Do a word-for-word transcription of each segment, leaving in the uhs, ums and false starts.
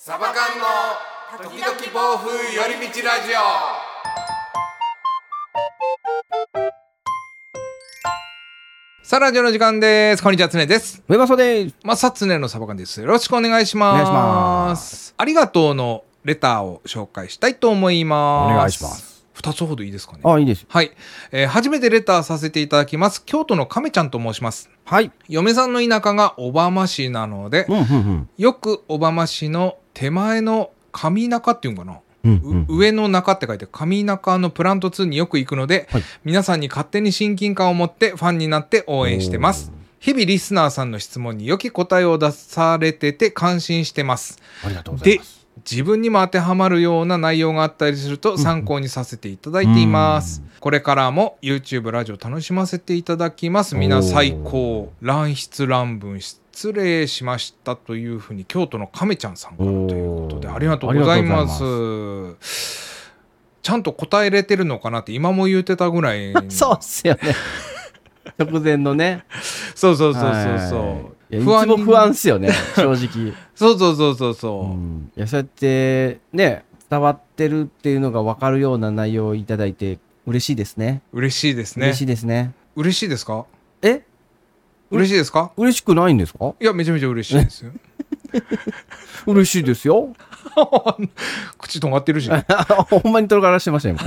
サバ缶の時々暴風寄り道ラジオ。さあラジオの時間です。こんにちは、つねです。 上正です。 まさつねのサバ缶です。よろしくお願いします。 お願いします。 ありがとうのレターを紹介したいと思います。 お願いします。 ふたつほどいいですかね。 あ、いいです。 はい、えー、初めてレターさせていただきます。京都の亀ちゃんと申します。 はい。 嫁さんの田舎が小浜市なので、 うんうんうん、 よく小浜市の手前の上中っていうんかな、 うんうんうん、 上の中って書いて上中のプラントツーによく行くので、はい、皆さんに勝手に親近感を持ってファンになって応援してます。日々リスナーさんの質問に良き答えを出されてて感心してます。 ありがとうございます。 で、自分にも当てはまるような内容があったりすると参考にさせていただいています。うんうん、これからも YouTube ラジオ楽しませていただきます。皆最高。乱筆乱文失礼しましたというふうに京都の亀ちゃんさんからということでありがとうございます。ちゃんと答えれてるのかなって今も言うてたぐらいそうっすよね直前のねそうそうそうそうそう、 いや、いつも不安っすよね正直そうそうそうそうそう、 うん、いや、そうやってね伝わってるっていうのが分かるような内容をいただいて嬉しいですね。 嬉しいですね。 嬉しいですね。 嬉しいですか？ え嬉しいですか？嬉しくないんですか？ いや、めちゃめちゃ嬉しいですよ嬉しいですよ口とがってるしほんまにとがらしてましたよ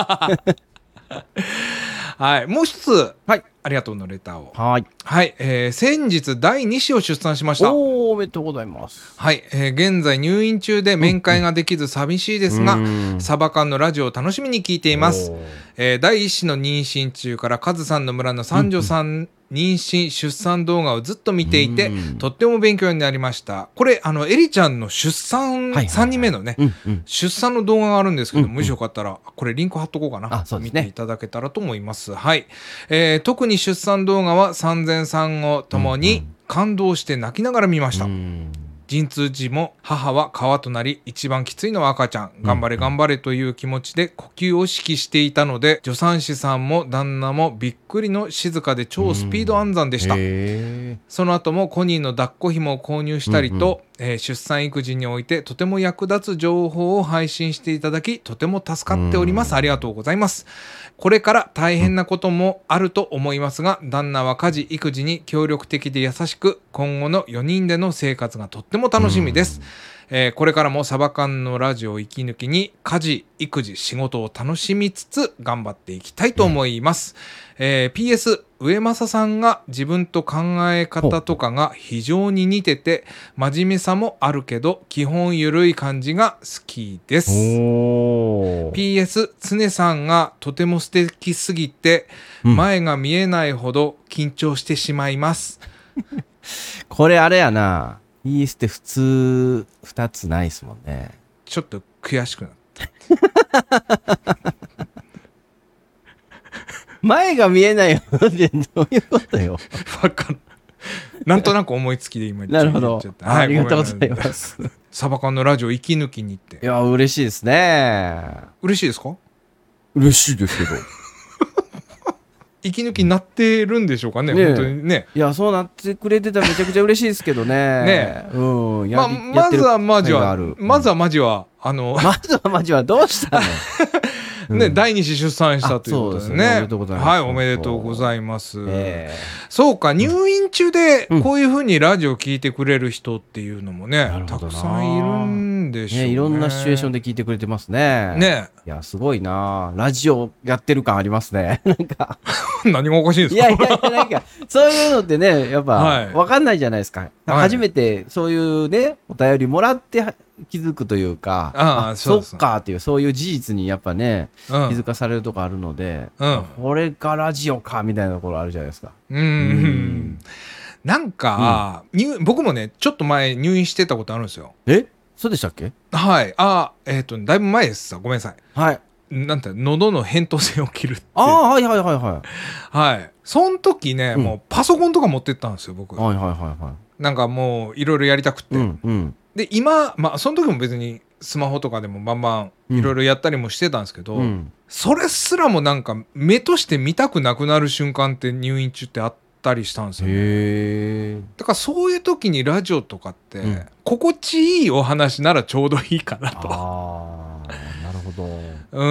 はい、もう一つ、 はい、 ありがとうのレターを。 はい、 はい、えー、先日だいに子を出産しました。 おー、おめでとうございます。 はい、えー、現在入院中で面会ができず寂しいですが、うんうん、サバ缶のラジオを楽しみに聞いています。えー、だいいっ子の妊娠中からカズさんの村の三女さん、うんうん、妊娠出産動画をずっと見ていて、うん、とっても勉強になりました。これあのエリちゃんの出産、はいはいはい、さんにんめのね、うんうん、出産の動画があるんですけど、うんうん、もしよかったらこれリンク貼っとこうかな。あ、そうですね、見ていただけたらと思います。はい、えー、特に出産動画は産前産後ともに感動して泣きながら見ました。うんうん、陣痛時も母は川となり一番きついのは赤ちゃん、頑張れ頑張れという気持ちで呼吸を指揮していたので、助産師さんも旦那もびっくりの静かで超スピード安産でした。その後もコニーの抱っこ紐を購入したりと、うんうん、えー、出産育児においてとても役立つ情報を配信していただきとても助かっております。ありがとうございます。これから大変なこともあると思いますが、旦那は家事育児に協力的で優しく、今後のよにんでの生活がとっても楽しみです。えー、これからもサバ缶のラジオを息抜きに家事育児仕事を楽しみつつ頑張っていきたいと思います。えー、ピーエス 上政さんが自分と考え方とかが非常に似てて真面目さもあるけど基本ゆるい感じが好きです。 ピーエス 常さんがとても素敵すぎて前が見えないほど緊張してしまいます、うん、 これあれやな、ピーエス って普通ふたつないですもんね。 ちょっと悔しくなった前が見えないよってどういうことよわかんなんとなく思いつきで今言っちゃった。なるほど、 はい、ありがとうございますサバ缶のラジオ息抜きに行って、 いや嬉しいですね。 嬉しいですか？ 嬉しいですけど息抜きになってるんでしょうかね、ね、本当にね。 いや、そうなってくれてたらめちゃくちゃ嬉しいですけどね。ね、うん、やまあ、まずはマジは、まずはマジはあのまずはマジはどうしたのね、うん、だいに子出産したということですね。 おめでとうございます。 はい、おめでとうございます。えー、そうか、入院中でこういう風にラジオ聞いてくれる人っていうのもね、うん、たくさんいるんでしょうね。 ね、いろんなシチュエーションで聞いてくれてますね。ね、いや、すごいな。ラジオやってる感ありますね。なんか何がおかしいんですか？ いやいやいや、なんかそういうのってね、やっぱ分かんないじゃないですか。はい、初めてそういうね、お便りもらって気づくというか、ああ、そっかっていう、そういう事実にやっぱね、うん、気づかされるとこあるので、うん、これがラジオかみたいなところあるじゃないですか。うん、うん、 なんか、うん、僕もねちょっと前入院してたことあるんですよ。 え、そうでしたっけ？ はい、あ、えっとだいぶ前ですさ、ごめんなさい。はい、なんて喉の扁桃腺を切るって。 ああ、はいはいはいはい。 はい、その時ね、うん、もうパソコンとか持ってったんですよ僕。 はいはいはいはい。 なんかもういろいろやりたくって、うんうん、で今、まあその時も別にスマホとかでもバンバンいろいろやったりもしてたんですけど、うん、それすらもなんか目として見たくなくなる瞬間って入院中ってあっったりしたんですよね。 へー。 だからそういう時にラジオとかって、うん、心地いいお話ならちょうどいいかなと。 あー、なるほど。 うん、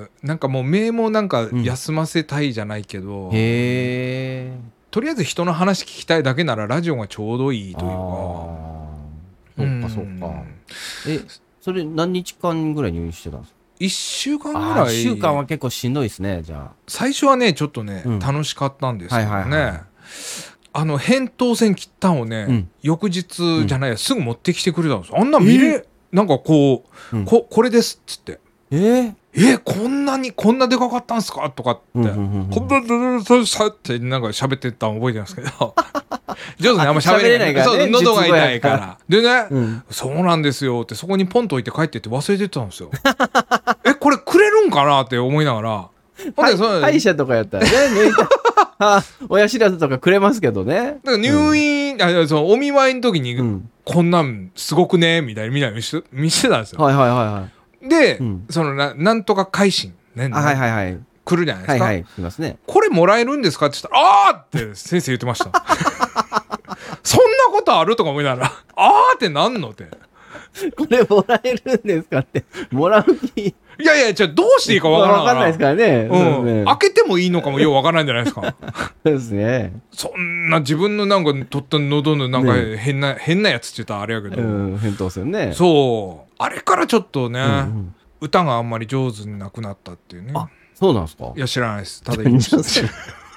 なんかもう目もなんか休ませたいじゃないけど、 うん、へー。 とりあえず人の話聞きたいだけならラジオがちょうどいいというか。 そうかそうか。え、それ何日間ぐらい入院してたんですか？ いっしゅうかんぐらい。 いっしゅうかんは結構しんどいですね。じゃあ最初はねちょっとね、うん、楽しかったんですけどね、はいはいはい、あの扁桃腺切ったんをね、うん、翌日じゃないや、うん、すぐ持ってきてくれたんですよ。あんな見れ、えー、なんかこう、うん、ここれですっつってえー、 えー、こんなにこんなでかかったんすかとかって、うんうんうんうん、こんなでさってなんか喋ってたの覚えてますけど上手にあんま喋れないから、ね、そう喉が痛いからでね、うん、そうなんですよってそこにポンと置いて帰ってって忘れてたんですよえこれくれるんかなって思いながらはい、歯医者とかやったらね抜いた親知らずとかくれますけどね。 だから入院、うん、あそのお見舞いの時に、うん、こんなんすごくねみたいなみたいな見せ見せてたんですよ。 はいはいはいはいで、うん、その な, なんとか改心ね、 はいはいはい、 来るじゃないですか。 はいはい、来ますね。 これもらえるんですかって言ったらあーって先生言ってましたそんなことあるとか思いながらあーってなんのってこれもらえるんですかってもらう気いやいやじゃあどうしていいかわからないわかんないですからね、 うんね、開けてもいいのかもようわからないんじゃないですかそうですね。 そんな自分のなんか取った喉のなんか変な、ね、変なやつって言ったらあれやけど、 うん、扁桃腺ね。 そうあれからちょっとね、うんうん、歌があんまり上手になくなったっていうね。 あ、そうなんですか？ いや知らないです。ただ言いました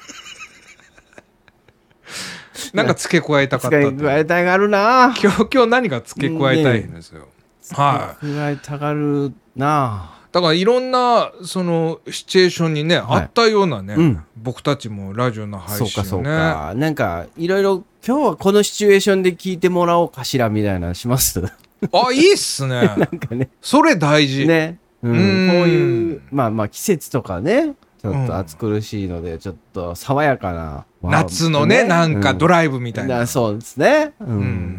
なんか付け加えたかった付け加えたがるな今日今日何が付け加えたいんですよ、ね、 はい、付け加えたがるなだからいろんなそのシチュエーションにね、はい、あったようなね、うん、僕たちもラジオの配信ねそうかそうかなんかいろいろ今日はこのシチュエーションで聞いてもらおうかしらみたいなのしますあいいっすねなんかねそれ大事ね、うん、うんこういうまあまあ季節とかねちょっと暑苦しいので、うん、ちょっと爽やかな夏のね、なんかドライブみたいな、 うん、そうですね、うんうん、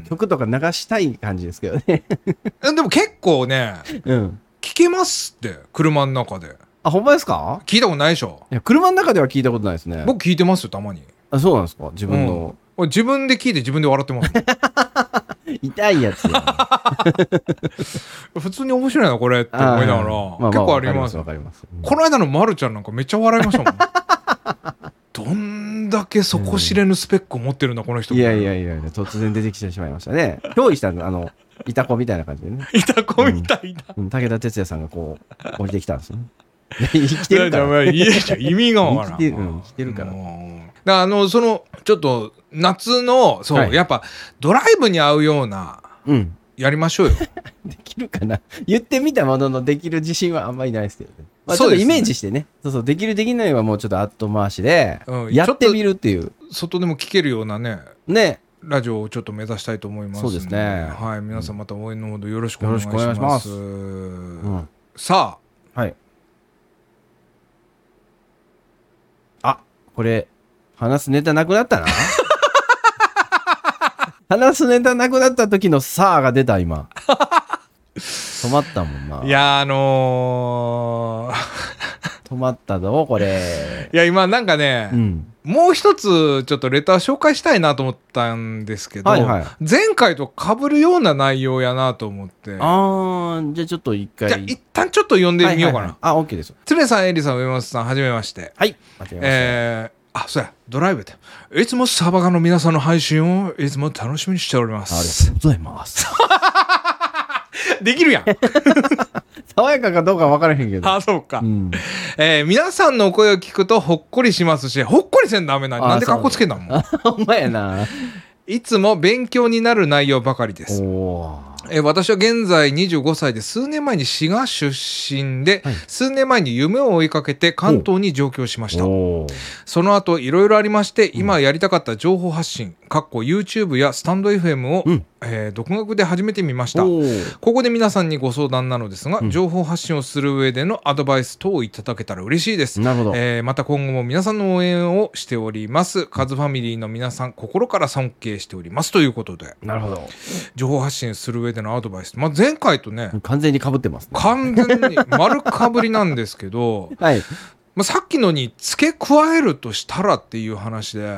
曲とか流したい感じですけどねでも結構ね、うん、聞けますって車の中で。 あ、ほんまですか？ 聞いたことないでしょ。 いや車の中では聞いたことないですね。 僕聞いてますよたまに。 あ、そうなんですか？自分の、 うん、自分で聞いて自分で笑ってます痛いやつや普通に面白いなこれって思いながら、まあまあ、結構あります。 わかります。 この間のまるちゃんなんかめっちゃ笑いましたもんどんだけ底知れぬスペックを持ってるんだ、うん、この人。 いやいやいや突然出てきてしまいましたね憑依したのあのいた子みたいな感じでねいた子みたいな、 うん、武田鉄矢さんがこう降りてきたんですよね生きてるから意味がわからん。 生きてる、うん、生きてるから。だからあのそのちょっと夏のそう、はい、やっぱドライブに合うような、うん、やりましょうよできるかな言ってみたもののできる自信はあんまりないですけどね、まあ、ちょっとイメージしてねそうそうできるできないはもうちょっと後回しで、うん、やってみるっていう外でも聞けるようなねねラジオをちょっと目指したいと思います。 そうですね。 はい、皆さんまた応援のほどよろしくお願いします。よろしくお願いします。うん、さあ、はい。あ、これ話すネタなくなったな。話すネタなくなった時のさあが出た今。止まったもんな。 いやあのー、 止まったぞこれ。 いや今なんかね。うんもう一つちょっとレター紹介したいなと思ったんですけど、はいはい、前回と被るような内容やなと思って。 ああ、じゃあちょっと一回。 じゃあ一旦ちょっと読んでみようかな。はいはいはい、 あ、OK です。 つねさん、えりさん、上松さん、はじめまして。 はい。はじめまして。 えー、あ、そうや、ドライブで。いつもサバカの皆さんの配信をいつも楽しみにしております。 ありがとうございます。 できるやん。 爽やかかどうか分からへんけど。 あ、そうか、うんえー。皆さんの声を聞くとほっこりしますし、ほっこりせんダメな。なんでかっこつけんだもん。 ほんまやな。 いつも勉強になる内容ばかりです。おえー、私は現在にじゅうごさいで数年前に滋賀出身で、はい、数年前に夢を追いかけて関東に上京しました。その後いろいろありまして、今やりたかった情報発信、かっこ YouTube やスタンド エフエム を、うんえー、独学で始めてみました。ここで皆さんにご相談なのですが、うん、情報発信をする上でのアドバイス等をいただけたら嬉しいです。 なるほど、 えー、また今後も皆さんの応援をしております。カズファミリーの皆さん心から尊敬しておりますということで。 なるほど。 情報発信する上でのアドバイス、まあ、前回とね完全に被ってます、ね、 完全に丸かぶりなんですけど、 はいまあ、さっきのに付け加えるとしたらっていう話で、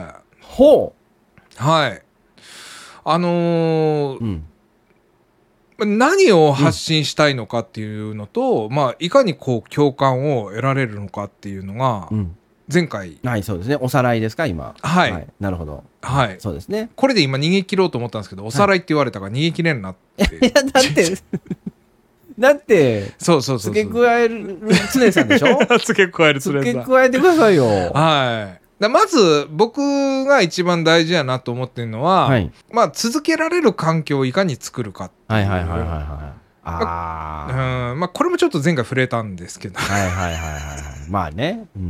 ほう。はい。あのーうん何を発信したいのかっていうのと、うん、まあいかにこう共感を得られるのかっていうのが前回、 うん、はい、そうですね。おさらいですか今。 はい、はい、 なるほど。 はい、 そうですね。 これで今逃げ切ろうと思ったんですけど、おさらいって言われたから逃げ切れんなって、はい、 いやだってだってそうそうそうそう、 付け加える常さんでしょ付け加える常さん、 付け加えてくださいよ。 はい。だまず僕が一番大事やなと思ってるのは、はい、まあ続けられる環境をいかに作るかっていう。 はいはいはいはいはい。 ああ、うん、まあこれもちょっと前回触れたんですけど。 はいはいはいはい。まあね。うん。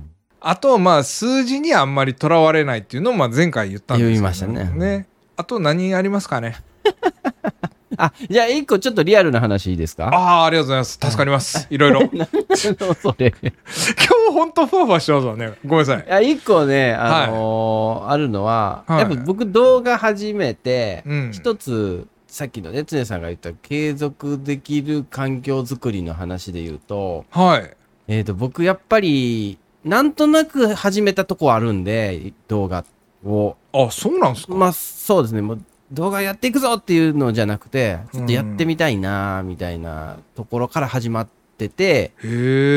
あとまあ数字にあんまりとらわれないっていうのをまあ前回言ったんですけど、ね、 言いましたね。 ね。あと何ありますかね。 あ、じゃあ一個ちょっとリアルな話いいですか？ ああ、ありがとうございます。助かります。いろいろ。 それ。今日本当ふわふわしてますわね。ごめんなさい。 いや一個ね、あのーはい、あるのは、はい、やっぱ僕動画始めて、うん、一つさっきのね常さんが言った継続できる環境づくりの話で言うと、 はい。 えっと僕やっぱりなんとなく始めたとこあるんで動画を。 あ、そうなんですか？ まあそうですね。もう動画やっていくぞっていうのじゃなくて、ちょっとやってみたいなみたいなところから始まってて、 うん、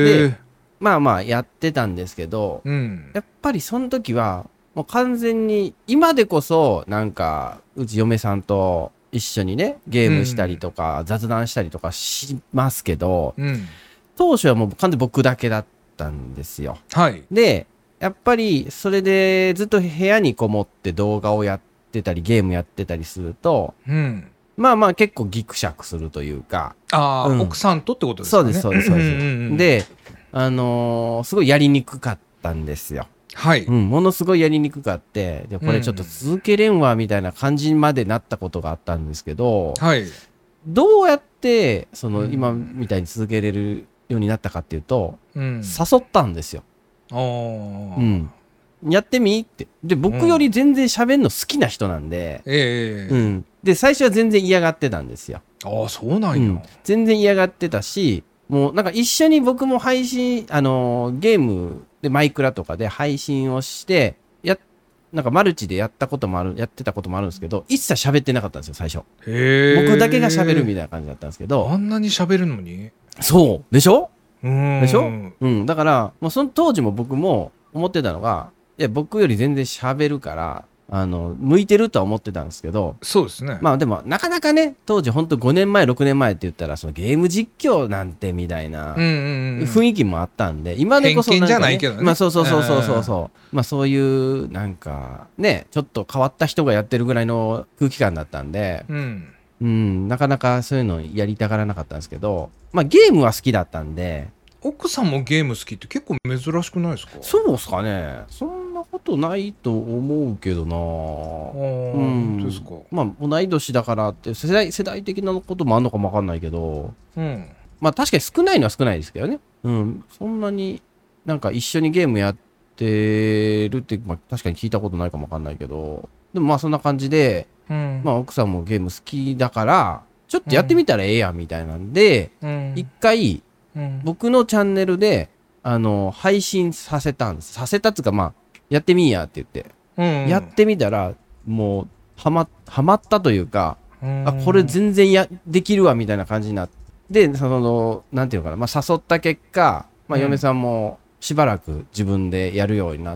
でまあまあやってたんですけど、 うん、 やっぱりその時はもう完全に今でこそなんかうち嫁さんと一緒にねゲームしたりとか、うん、雑談したりとかしますけど、 うん、 当初はもう完全に僕だけだったんですよ。 はい、 でやっぱりそれでずっと部屋にこもって動画をやってってたりゲームやってたりすると、 うん、 まあまあ結構ギクシャクするというか、 あ、うん、奥さんとってことですかね。 そうですそうですそうですで、あのー、すごいやりにくかったんですよ。 はい、 うん、ものすごいやりにくかってでこれちょっと続けれんわみたいな感じまでなったことがあったんですけど、 はい、 どうやってその今みたいに続けれるようになったかっていうと、うん、誘ったんですよ。 あー、 うんやってみって。で、僕より全然喋るの好きな人なんで、 うん、ええうん。で、最初は全然嫌がってたんですよ。 ああ、そうなんや、うん。 全然嫌がってたし、もうなんか一緒に僕も配信、あのー、ゲームでマイクラとかで配信をして、や、なんかマルチでやったこともある、やってたこともあるんですけど、一切喋ってなかったんですよ、最初。 へ僕だけが喋るみたいな感じだったんですけど。 あんなに喋るのに？ そう。でしょ？ うんでしょ？うん。だから、もうその当時も僕も思ってたのが、いや僕より全然喋るからあの向いてるとは思ってたんですけど、 そうですね。 まあでもなかなかね当時ほんとごねんまえろくねんまえって言ったらそのゲーム実況なんてみたいな雰囲気もあったんで、今でこそなんか、ね、 偏見じゃないけどね。 まあそうそうそうそうそうそうまあそういうなんかねちょっと変わった人がやってるぐらいの空気感だったんで、 うんうん、なかなかそういうのやりたがらなかったんですけど、まあゲームは好きだったんで。 奥さんもゲーム好きって結構珍しくないですか？ そうっすかね。そんなことないと思うけどな。 あ、うん、ですか。 まあ同い年だからって世代世代的なこともあるのかもわかんないけど、 うん、 まあ確かに少ないのは少ないですけどね。うん、そんなになんか一緒にゲームやってるって、まあ、確かに聞いたことないかもわかんないけど、でもまあそんな感じで、 うん、 まあ奥さんもゲーム好きだからちょっとやってみたらええやんみたいなんで、うん、一回うん、僕のチャンネルであの配信させたんですさせたっつうかまあやってみんやって言って、うんうん、やってみたらもうはまはまったというか、うん、あこれ全然やできるわみたいな感じになってそのなんていうのかな、まあ、誘った結果、まあ、嫁さんもしばらく自分でやるようになって、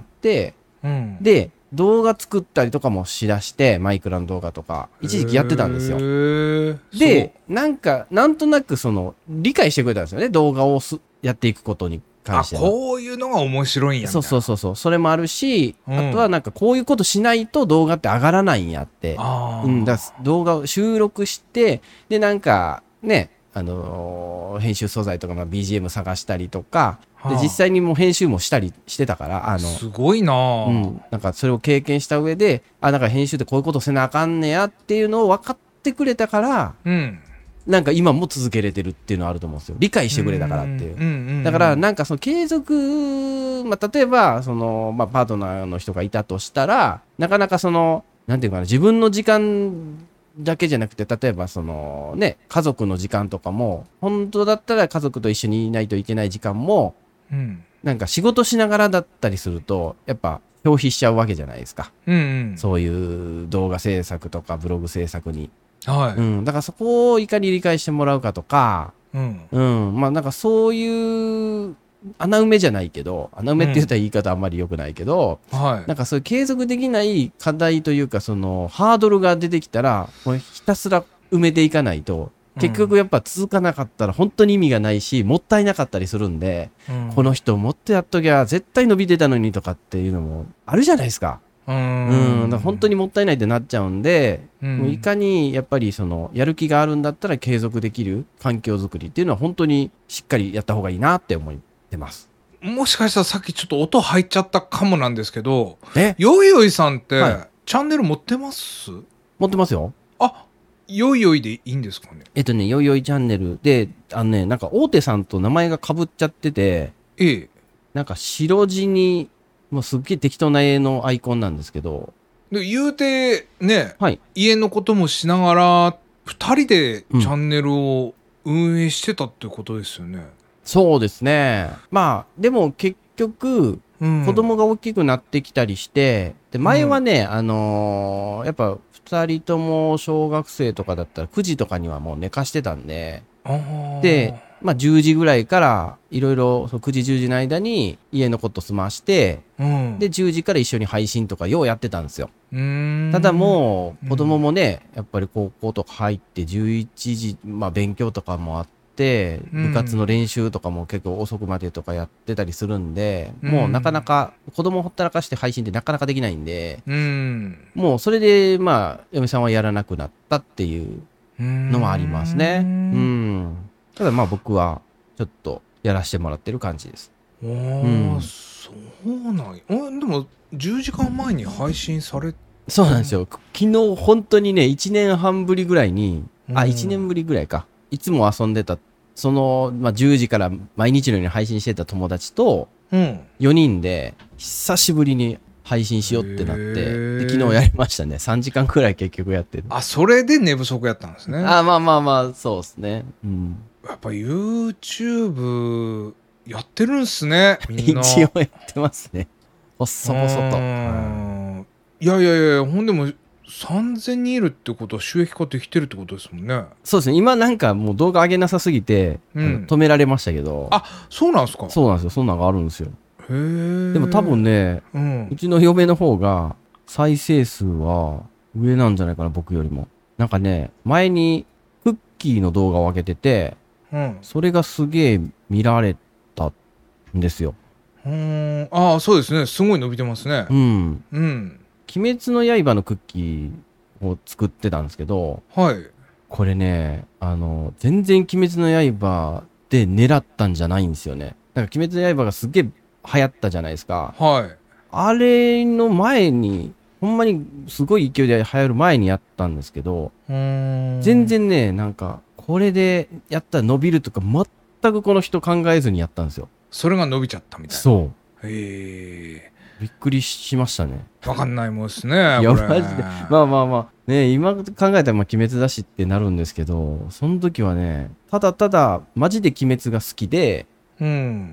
うん、で動画作ったりとかもしだしてマイクラの動画とか一時期やってたんですよ。でなんかなんとなくその理解してくれたんですよね動画をすやっていくことに関しては。 あこういうのが面白いんやみたいな。 そうそうそうそうそれもあるし、うん、あとはなんかこういうことしないと動画って上がらないんやって、うん、だ動画を収録してでなんかねあのー、編集素材とか、まあ、ビージーエム 探したりとかで実際にもう編集もしたりしてたからあのすごいな、 うん、なんかそれを経験した上であなんか編集ってこういうことせなあかんねやっていうのを分かってくれたから、 うん、 なんか今も続けれてるっていうのはあると思うんですよ理解してくれたからっていう、うんうんうんうん、だからなんかその継続、まあ、例えばその、まあ、パートナーの人がいたとしたらなかなかそのなんていうかな自分の時間だけじゃなくて例えばそのね家族の時間とかも本当だったら家族と一緒にいないといけない時間も、 うん、 なんか仕事しながらだったりするとやっぱ消費しちゃうわけじゃないですか、 うんうん、 そういう動画制作とかブログ制作に、 はい、 うん、だからそこをいかに理解してもらうかとか、 うんうん、まあなんかそういう穴埋めじゃないけど、穴埋めって言ったら言い方あんまり良くないけど、 うん、はい、 なんかそういう継続できない課題というか、そのハードルが出てきたらこれひたすら埋めていかないと、結局やっぱ続かなかったら本当に意味がないし、もったいなかったりするんで、うん、この人もっとやっときゃ絶対伸びてたのにとかっていうのもあるじゃないですか。うん、うん、だから本当にもったいないってなっちゃうんで、うん、もういかにやっぱりそのやる気があるんだったら継続できる環境づくりっていうのは本当にしっかりやった方がいいなって思ってます。 もしかしたらさっきちょっと音入っちゃったかもなんですけど、 えよいよいさんって、 はい、 チャンネル持ってます？ 持ってますよ。 あ、よいよいでいいんですかね。 えっとね、よいよいチャンネルで、あのね、なんか大手さんと名前が被っちゃってて、 ええ、 なんか白地に、もうすっげえ適当な絵のアイコンなんですけど。 で言うてね、 はい、 家のこともしながら、二人でチャンネルを運営してたってことですよね。うん、 そうですね。まあ、でも結局、うん、子供が大きくなってきたりして、で、前はね、うん、あのー、やっぱ二人とも小学生とかだったらくじとかにはもう寝かしてたんで、で、まあじゅうじぐらいからいろいろくじじゅうじの間に家のこと済まして、うん、でじゅうじから一緒に配信とかようやってたんですよ。 うーん、 ただもう子供もね、やっぱり高校とか入ってじゅういちじ、まあ勉強とかもあって、部活の練習とかも結構遅くまでとかやってたりするんで、うん、もうなかなか子供ほったらかして配信ってなかなかできないんで、 うん、 もうそれでまあ嫁さんはやらなくなったっていうのもありますね。うん。ただまあ僕はちょっとやらせてもらってる感じです。 ああ、うん、そうなんや。でもじゅうじかんまえに配信されて、 そうなんですよ。昨日本当にねいちねんはんぶりぐらいに、あいちねんぶりぐらいか、いつも遊んでたその、まあ、じゅうじから毎日のように配信してた友達とよにんで久しぶりに配信しようってなって、で昨日やりましたね。さんじかんくらい結局やってる。 あ、それで寝不足やったんですね。 あ、まあまあまあそうですね。うん、 やっぱ YouTube やってるんすね、みんな。 一応やってますね。細々と。 いやいやいや、ほんでもさんぜんにんいるってことは収益化できてるってことですもんね。 そうですね。今なんかもう動画上げなさすぎて、うん、止められましたけど。 あ、そうなんですか。 そうなんですよ。そんなのがあるんですよ。 へー。 でも多分ね、うん、うちの嫁の方が再生数は上なんじゃないかな、僕よりも。なんかね、前にクッキーの動画を上げてて、うん、それがすげえ見られたんですよ。 うーん、ああ、そうですね。すごい伸びてますね。 うん。 うん。 鬼滅の刃のクッキーを作ってたんですけど、 はい。 これね、あの、全然鬼滅の刃で狙ったんじゃないんですよね。なんか鬼滅の刃がすげえ流行ったじゃないですか。 はい。 あれの前に、ほんまにすごい勢いで流行る前にやったんですけど、 うーん、 全然ね、なんか、これでやったら伸びるとか、全くこの人考えずにやったんですよ。 それが伸びちゃったみたいな。 そう。 へえ。 びっくりしましたね。 わかんないもんですね。 いや、マジで。まあまあまあ。ね、今考えたらまあ鬼滅だしってなるんですけど、その時はね、ただただ、マジで鬼滅が好きで、 うん。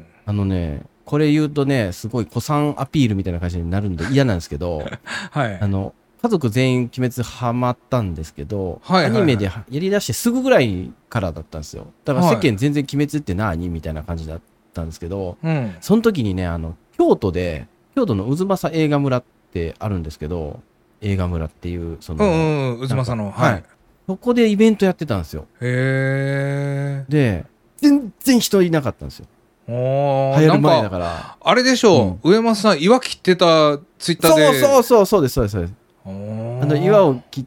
あのね、これ言うとね、すごい古参アピールみたいな感じになるんで嫌なんですけど、 はい。 あの、家族全員鬼滅ハマったんですけど、 はいはいはい、 アニメでやりだしてすぐぐらいからだったんですよ。だから世間全然鬼滅って何みたいな感じだったんですけど、 うん、 その時にね、あの、京都で、京都の渦政映画村ってあるんですけど、映画村っていう、その、 うんうん、渦政の、はい。 そこでイベントやってたんですよ。 へー。 で、全然人いなかったんですよ。 お流行る前だから。 あれでしょう、うん、上松さん、岩切ってたツイッターで。 そうそうそう、そうです、そうです、そうです。あの、岩を切った、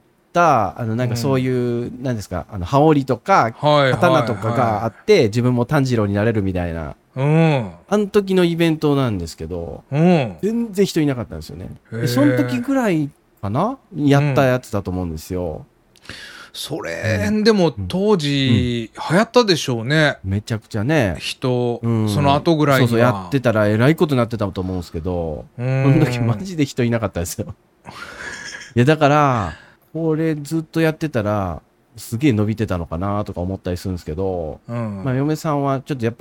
あの、なんかそういう、うん、なんですか、あの、羽織とか、刀とかがあって、はいはいはい、自分も炭治郎になれるみたいな。 うん、 あの時のイベントなんですけど、 うん、 全然人いなかったんですよね。でその時ぐらいかなやったやつだと思うんですよ。 うん、それ、うん、でも当時、うん、流行ったでしょうね。 めちゃくちゃね。 人、うん、その後ぐらいには。 そうそう、やってたらえらいことになってたと思うんですけど、その時マジで人いなかったですよ。いや、だから、これずっとやってたら、すげえ伸びてたのかなとか思ったりするんですけど、うん、まあ、嫁さんはちょっとやっぱ、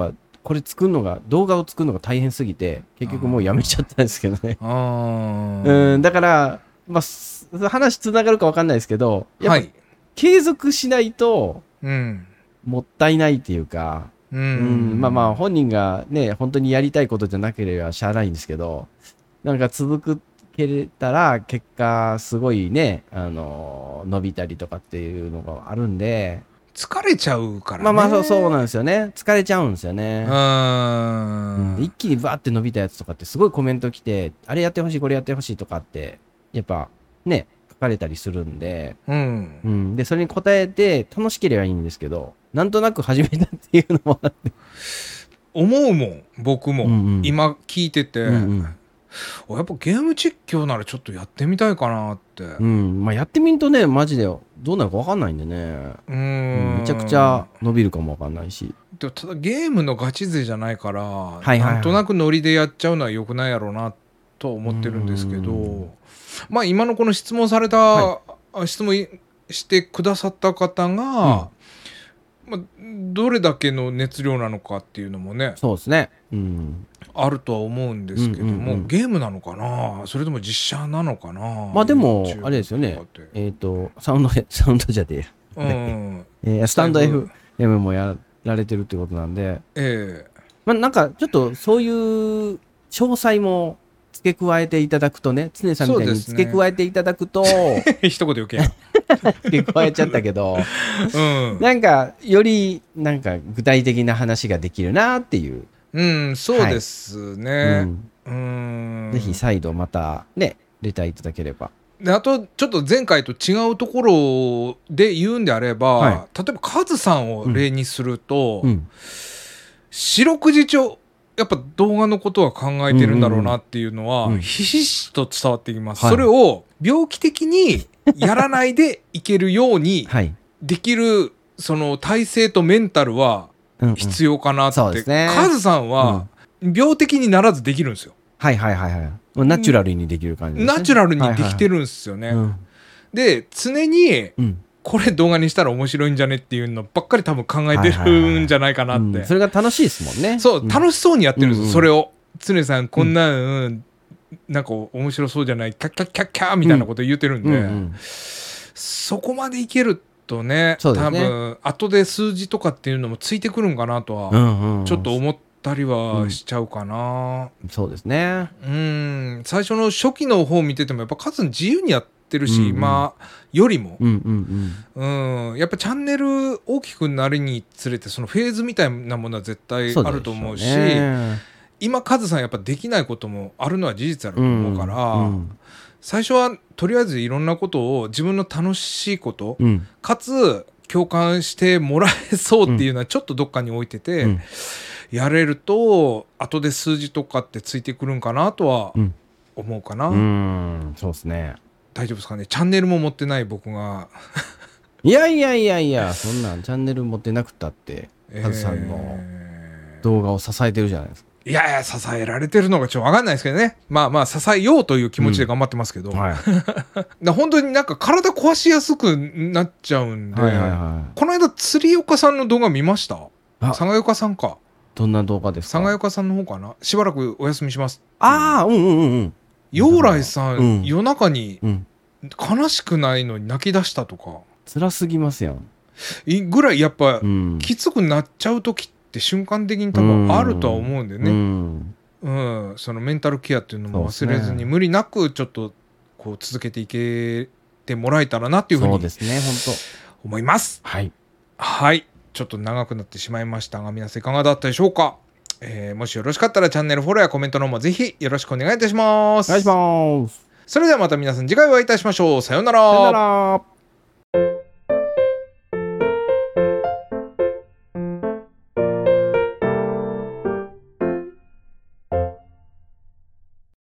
これ作るのが動画を作るのが大変すぎて結局もうやめちゃったんですけどね。あうんだからまあ話つながるか分かんないですけどやっぱ、はい、継続しないと、うん、もったいないっていうか、うんうん、まあまあ本人がね本当にやりたいことじゃなければしゃあないんですけどなんか続けれたら結果すごいねあの伸びたりとかっていうのがあるんで疲れちゃうからね。 まあまあそうそうなんですよね。疲れちゃうんですよね。うん、一気にバーって伸びたやつとかってすごいコメント来てあれやってほしいこれやってほしいとかってやっぱね書かれたりするんで、うんうん、でそれに応えて楽しければいいんですけどなんとなく始めたっていうのもあって思うもん僕も、うんうん、今聞いてて、うんうんやっぱゲーム実況ならちょっとやってみたいかなって。 うん。まあやってみんとね、マジでどうなるか分かんないんでね。うん。めちゃくちゃ伸びるかも分かんないし。 でもただゲームのガチ勢じゃないから、はいはいはい、なんとなくノリでやっちゃうのは良くないやろうなと思ってるんですけど、まあ今のこの質問された、はい、質問してくださった方が、うんまあ、どれだけの熱量なのかっていうのもね。 そうですね。うん。 あるとは思うんですけども、うんうんうん、ゲームなのかなそれとも実写なのかな。 まあでもあれですよねえっ、ー、とサウンドサウンドじゃで、うんえー、スタンド エフエム もやられてるってことなんで、えーまあ、なんかちょっとそういう詳細も付け加えていただくとね常さんみたいに付け加えていただくと、 ね、一言余計付け加えちゃったけど、うん、なんかよりなんか具体的な話ができるなっていううんそうですね、はいうん、 うんぜひ再度またねレターいただければであとちょっと前回と違うところで言うんであれば、はい、例えばカズさんを例にすると、うんうん、四六時中やっぱ動画のことは考えてるんだろうなっていうのはひしひしと伝わってきます、うん、それを病気的にやらないでいけるようにできるその体制とメンタルは必要かなって、うんうんね、カズさんは病的にならずできるんですよ。 はいはいはいはいナチュラルにできる感じですね。 ナチュラルにできてるんですよね、はいはいはい、で常に、うんこれ動画にしたら面白いんじゃねっていうのばっかり多分考えてるんじゃないかなって、はいはいはいうん、 それが楽しいですもんね。 そう、うん、楽しそうにやってるんですよ、うんうん、それを常さんこんな、うん、なんか面白そうじゃないキャッキャッキャッキャーみたいなこと言ってるんで、うんうんうん、そこまでいけるとね、多分後で数字とかっていうのもついてくるんかなとはちょっと思ったりはしちゃうかな、うんうん、そうですね。 うん最初の初期の方見ててもやっぱ数自由にやってるし、うんうん、今よりも、うんうんうんうん、やっぱチャンネル大きくなるにつれてそのフェーズみたいなものは絶対あると思うし、ね、今カズさんやっぱできないこともあるのは事実あると思うから、うんうん、最初はとりあえずいろんなことを自分の楽しいこと、うん、かつ共感してもらえそうっていうのはちょっとどっかに置いてて、うん、やれると後で数字とかってついてくるんかなとは思うかな、うん、 うんそうですね。 大丈夫ですかね。チャンネルも持ってない僕がいやいやいやいやそんなんチャンネル持ってなくたってカズさんの動画を支えてるじゃないですか。 いやいや支えられてるのがちょっと分かんないですけどね。まあまあ支えようという気持ちで頑張ってますけど、うんはい、だ本当になんか体壊しやすくなっちゃうんで、はいはいはい、この間釣り岡さんの動画見ました。佐賀岡さんか。 どんな動画ですか。 佐賀岡さんの方かな。しばらくお休みします。 ああうんうんうんうん陽来さん、うん、夜中に悲しくないのに泣き出したとか辛すぎますやんぐらいやっぱ、うん、きつくなっちゃう時って瞬間的に多分あるとは思うんでね、うんうんうん、そのメンタルケアっていうのも忘れずに、ね、無理なくちょっとこう続けていけてもらえたらなっていうふうに思います。 はい、 はい、ちょっと長くなってしまいましたが皆さんいかがだったでしょうか。えー、もしよろしかったらチャンネルフォローやコメントの方もぜひよろしくお願いいたします。 お願いします。 それではまた皆さん次回お会いいたしましょう。さようなら。 さようなら。